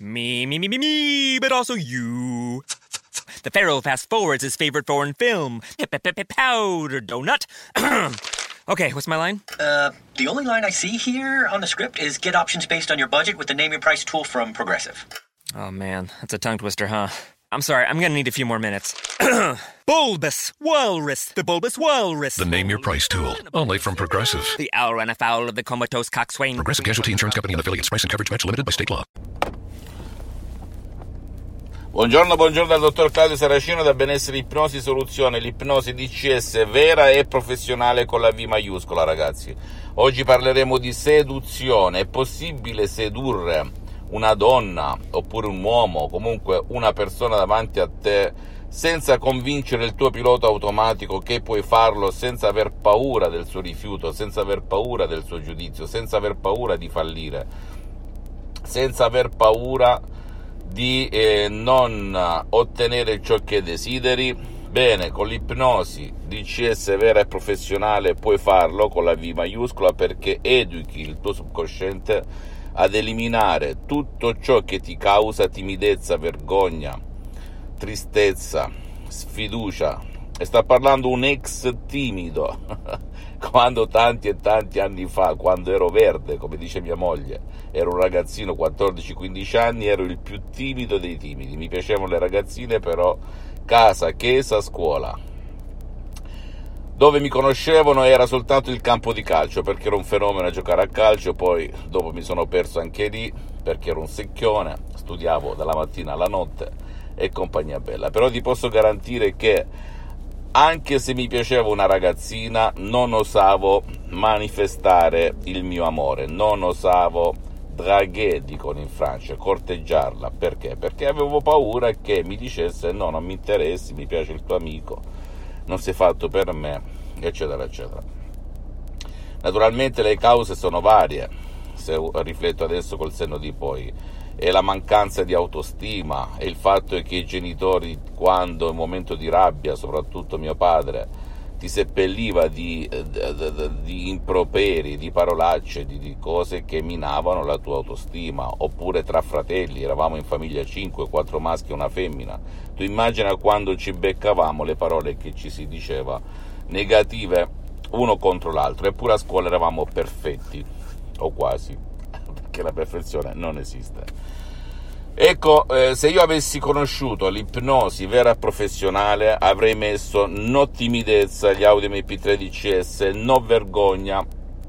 Me, but also you. The Pharaoh fast forwards his favorite foreign film, Powder Donut. Okay, what's my line? The only line I see here on the script is get options based on your budget with the Name Your Price tool from Progressive. Oh man, that's a tongue twister, huh? I'm sorry, I'm gonna need a few more minutes. Bulbous Walrus, the Bulbous Walrus. The Name Your Price tool, only from Progressive. The owl ran afoul of the comatose coxswain. Progressive Casualty Insurance Company and affiliates. Price and coverage match limited by state law. Buongiorno dal dottor Claudio Saracino da Benessere Ipnosi Soluzione, l'ipnosi DCS vera e professionale con la V maiuscola, ragazzi. Oggi parleremo di seduzione. È possibile sedurre una donna oppure un uomo, comunque una persona davanti a te, senza convincere il tuo pilota automatico che puoi farlo senza aver paura del suo rifiuto, senza aver paura del suo giudizio, senza aver paura di fallire, senza aver paura di non ottenere ciò che desideri? Bene, con l'ipnosi DCS vera e professionale puoi farlo con la V maiuscola, perché educhi il tuo subconsciente ad eliminare tutto ciò che ti causa timidezza, vergogna, tristezza, sfiducia. E sta parlando un ex timido, quando tanti e tanti anni fa, quando ero verde, come dice mia moglie, ero un ragazzino, 14-15 anni, ero il più timido dei timidi, mi piacevano le ragazzine, però casa, chiesa, scuola. Dove mi conoscevano era soltanto il campo di calcio, perché ero un fenomeno a giocare a calcio. Poi dopo mi sono perso anche lì, perché ero un secchione, studiavo dalla mattina alla notte e compagnia bella. Però ti posso garantire che anche se mi piaceva una ragazzina, non osavo manifestare il mio amore, non osavo draguer, dicono in Francia, corteggiarla. Perché? Perché avevo paura che mi dicesse no, non mi interessi, mi piace il tuo amico, non sei fatto per me, eccetera, eccetera. Naturalmente le cause sono varie, se rifletto adesso col senno di poi. È la mancanza di autostima, è il fatto che i genitori, quando in momento di rabbia, soprattutto mio padre, ti seppelliva di improperi, di parolacce, di cose che minavano la tua autostima. Oppure tra fratelli, eravamo in famiglia 5, 4 maschi e una femmina. Tu immagina quando ci beccavamo le parole che ci si diceva negative uno contro l'altro, eppure a scuola eravamo perfetti, o quasi, che la perfezione non esiste. Ecco, se io avessi conosciuto l'ipnosi vera e professionale, avrei messo no timidezza agli audio MP3 DCS, no vergogna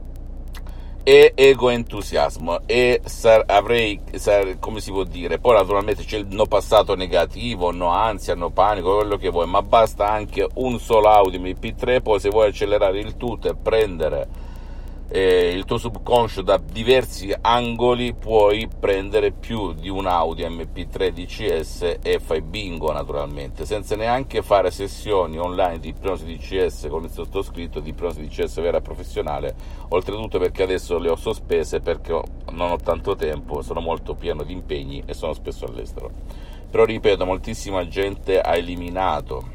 e ego entusiasmo, e come si può dire, poi naturalmente c'è il no passato negativo, no ansia, no panico, quello che vuoi, ma basta anche un solo audio MP3. Poi se vuoi accelerare il tutto e prendere il tuo subconscio da diversi angoli, puoi prendere più di un audio MP3 DCS e fai bingo, naturalmente, senza neanche fare sessioni online di ipnosi DCS con il sottoscritto, di ipnosi DCS vera e professionale, oltretutto perché adesso le ho sospese perché non ho tanto tempo, sono molto pieno di impegni e sono spesso all'estero. Però ripeto, moltissima gente ha eliminato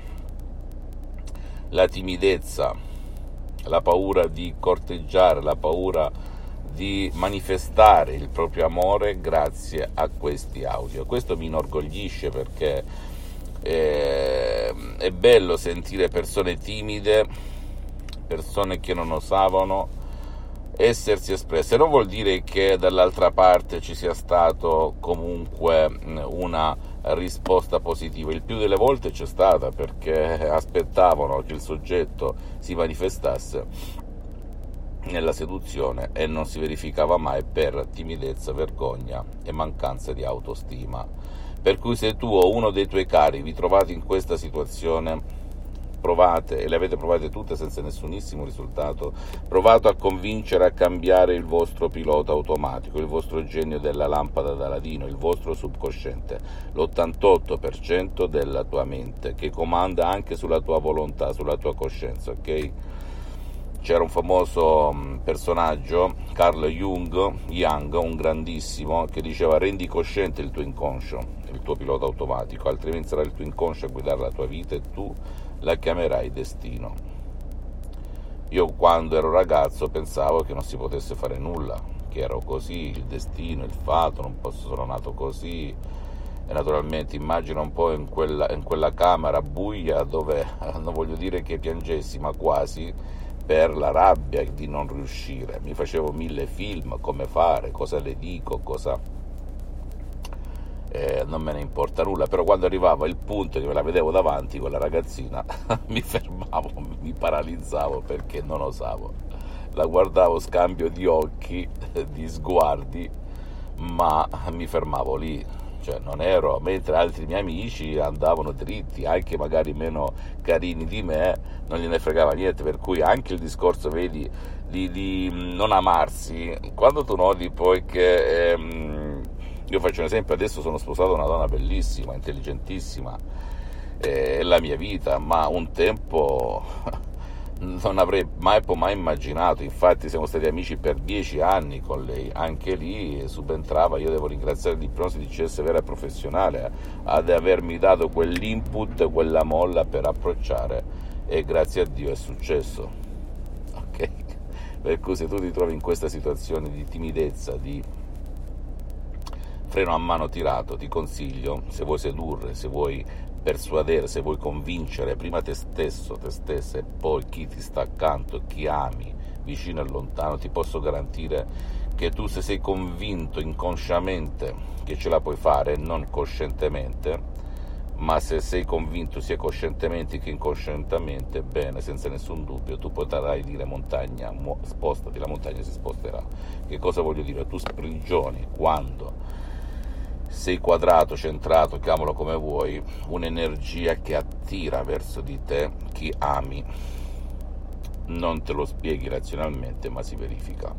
la timidezza, la paura di corteggiare, la paura di manifestare il proprio amore grazie a questi audio. Questo mi inorgoglisce, perché è bello sentire persone timide, persone che non osavano essersi espresse. Non vuol dire che dall'altra parte ci sia stato comunque una risposta positiva. Il più delle volte c'è stata, perché aspettavano che il soggetto si manifestasse nella seduzione e non si verificava mai per timidezza, vergogna e mancanza di autostima. Per cui se tu o uno dei tuoi cari vi trovate in questa situazione, provate, e le avete provate tutte senza nessunissimo risultato, provate a convincere a cambiare il vostro pilota automatico, il vostro genio della lampada d'Aladino, il vostro subconsciente, l'88% della tua mente, che comanda anche sulla tua volontà, sulla tua coscienza, ok? C'era un famoso personaggio, Carl Jung, un grandissimo, che diceva: rendi cosciente il tuo inconscio, il tuo pilota automatico, altrimenti sarà il tuo inconscio a guidare la tua vita e tu la chiamerai destino. Io quando ero ragazzo pensavo che non si potesse fare nulla, che ero così, il destino, il fato, non posso, sono nato così. E naturalmente immagino un po' in quella camera buia dove non voglio dire che piangessi, ma quasi, per la rabbia di non riuscire. Mi facevo 1000 film, come fare, cosa le dico, cosa... non me ne importa nulla, però quando arrivava il punto che me la vedevo davanti quella ragazzina mi fermavo, mi paralizzavo perché non osavo. La guardavo, scambio di occhi, di sguardi, ma mi fermavo lì, cioè non ero, mentre altri miei amici andavano dritti, anche magari meno carini di me, non gliene fregava niente, per cui anche il discorso, vedi, di non amarsi, quando tu noti poi che... io faccio un esempio, adesso sono sposato una donna bellissima, intelligentissima, è la mia vita, ma un tempo non avrei mai immaginato, infatti siamo stati amici per 10 anni con lei, anche lì subentrava, io devo ringraziare l'ipnosi DCS vera e professionale ad avermi dato quell'input, quella molla per approcciare, e grazie a Dio è successo, ok? Per cui se tu ti trovi in questa situazione di timidezza, di freno a mano tirato, ti consiglio, se vuoi sedurre, se vuoi persuadere, se vuoi convincere prima te stesso, te stessa, e poi chi ti sta accanto, chi ami, vicino e lontano, ti posso garantire che tu, se sei convinto inconsciamente che ce la puoi fare, non coscientemente, ma se sei convinto sia coscientemente che inconscientemente, bene, senza nessun dubbio, tu potrai dire montagna, spostati, la montagna si sposterà. Che cosa voglio dire? Tu sprigioni, quando sei quadrato, centrato, chiamalo come vuoi, un'energia che attira verso di te chi ami. Non te lo spieghi razionalmente, ma si verifica.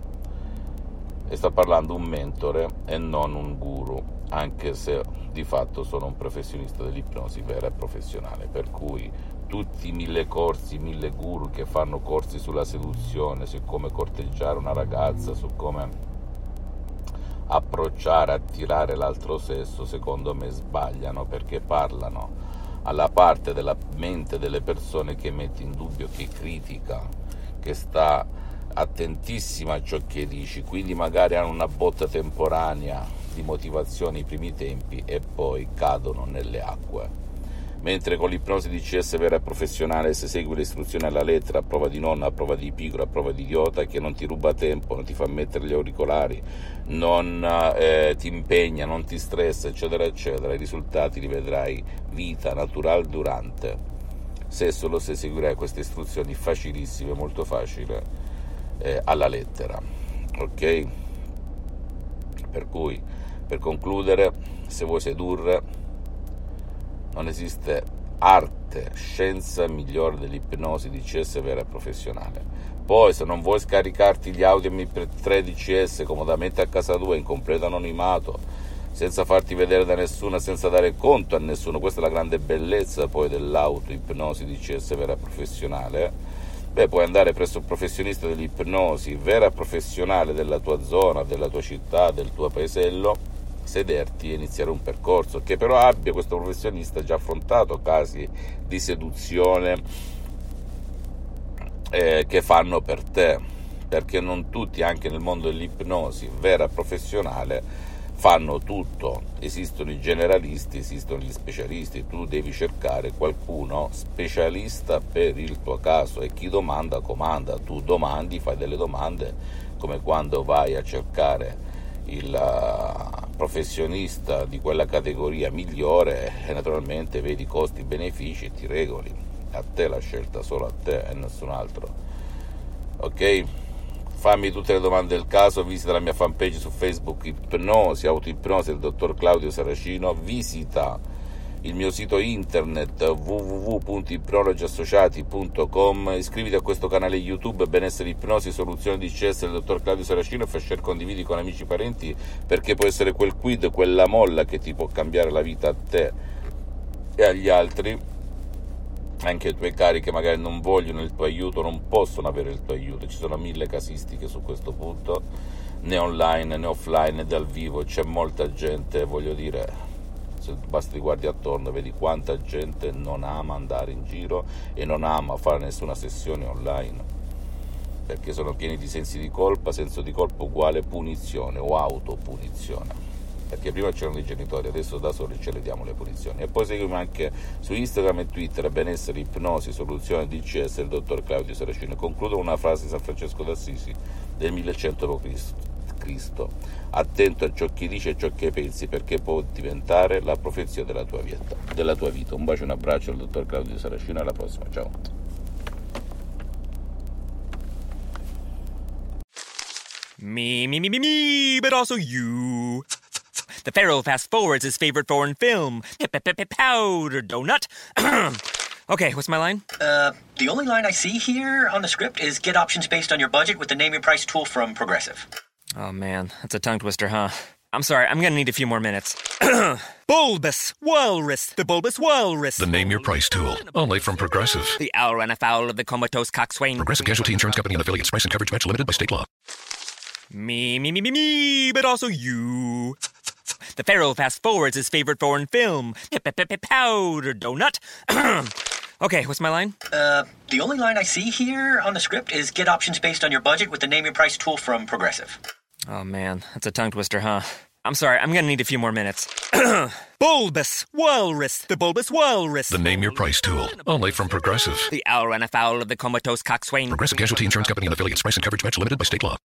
E sta parlando un mentore e non un guru, anche se di fatto sono un professionista dell'ipnosi vera e professionale, per cui tutti i 1000 corsi, 1000 guru che fanno corsi sulla seduzione, su come corteggiare una ragazza, su come approcciare, attirare l'altro sesso, secondo me sbagliano, perché parlano alla parte della mente delle persone che mette in dubbio, che critica, che sta attentissima a ciò che dici, quindi magari hanno una botta temporanea di motivazione i primi tempi e poi cadono nelle acque. Mentre con l'ipnosi DCS vera e professionale, se segui le istruzioni alla lettera, a prova di nonna, a prova di pigro, a prova di idiota, che non ti ruba tempo, non ti fa mettere gli auricolari, non ti impegna, non ti stressa, eccetera eccetera, i risultati li vedrai vita natural durante, se solo se seguirai queste istruzioni facilissime, molto facile, alla lettera, ok? Per cui, per concludere, se vuoi sedurre, non esiste arte, scienza migliore dell'ipnosi DCS vera e professionale. Poi, se non vuoi scaricarti gli audio MP3 DCS comodamente a casa tua, in completo anonimato, senza farti vedere da nessuno, senza dare conto a nessuno, questa è la grande bellezza poi dell'auto-ipnosi DCS vera e professionale, beh, puoi andare presso un professionista dell'ipnosi vera e professionale della tua zona, della tua città, del tuo paesello, sederti e iniziare un percorso che però abbia questo professionista già affrontato casi di seduzione che fanno per te, perché non tutti, anche nel mondo dell'ipnosi vera e professionale, fanno tutto. Esistono i generalisti, esistono gli specialisti, tu devi cercare qualcuno specialista per il tuo caso, e chi domanda comanda. Tu domandi, fai delle domande, come quando vai a cercare il professionista di quella categoria migliore, e naturalmente vedi costi-benefici e ti regoli. A te la scelta, solo a te e nessun altro, ok? Fammi tutte le domande del caso, visita la mia fanpage su Facebook, Ipnosi, Autoipnosi del dottor Claudio Saracino, visita il mio sito internet www.ipnologiassociati.com, iscriviti a questo canale YouTube Benessere Ipnosi Soluzione DCS del dottor Claudio Saracino e fai share, condividi con amici e parenti, perché può essere quel quid, quella molla che ti può cambiare la vita a te e agli altri, anche ai tuoi cari che magari non vogliono il tuo aiuto, non possono avere il tuo aiuto. Ci sono 1000 casistiche su questo punto, né online né offline né dal vivo, c'è molta gente, voglio dire, se basta ti guardi attorno vedi quanta gente non ama andare in giro e non ama fare nessuna sessione online. perché sono pieni di sensi di colpa, senso di colpa uguale punizione o autopunizione. Perché prima c'erano i genitori, adesso da soli ce le diamo le punizioni. E poi seguimi anche su Instagram e Twitter, benessere, ipnosi, soluzione, DCS, il dottor Claudio Saracino. Concludo con una frase di San Francesco d'Assisi del 1100 Cristo. Attento a ciò che dici e ciò che pensi, perché può diventare la profezia della tua vita. Un bacio e un abbraccio al dottor Claudio Saracino, alla prossima, ciao. Me, but also you. The Pharaoh fast forwards his favorite foreign film, Powder Donut. Okay, what's my line? The only line I see here on the script is get options based on your budget with the Name Your Price tool from Progressive. Oh man, that's a tongue twister, huh? I'm sorry, I'm gonna need a few more minutes. Bulbous Walrus, the Bulbous Walrus. The Name Your Price tool, only from Progressive. The owl ran afoul of the comatose coxswain. Progressive Casualty Insurance Company and affiliates. Price and coverage match limited by state law. Me, but also you. The Pharaoh fast forwards his favorite foreign film, Powder Donut. Okay, what's my line? The only line I see here on the script is get options based on your budget with the Name Your Price tool from Progressive. Oh man, that's a tongue twister, huh? I'm sorry, I'm gonna need a few more minutes. Bulbous Walrus, the Bulbous Walrus. The Name Your Price tool, only from Progressive. The owl ran afoul of the comatose coxswain. Progressive Casualty Insurance Company and affiliates. Price and coverage match limited by state law.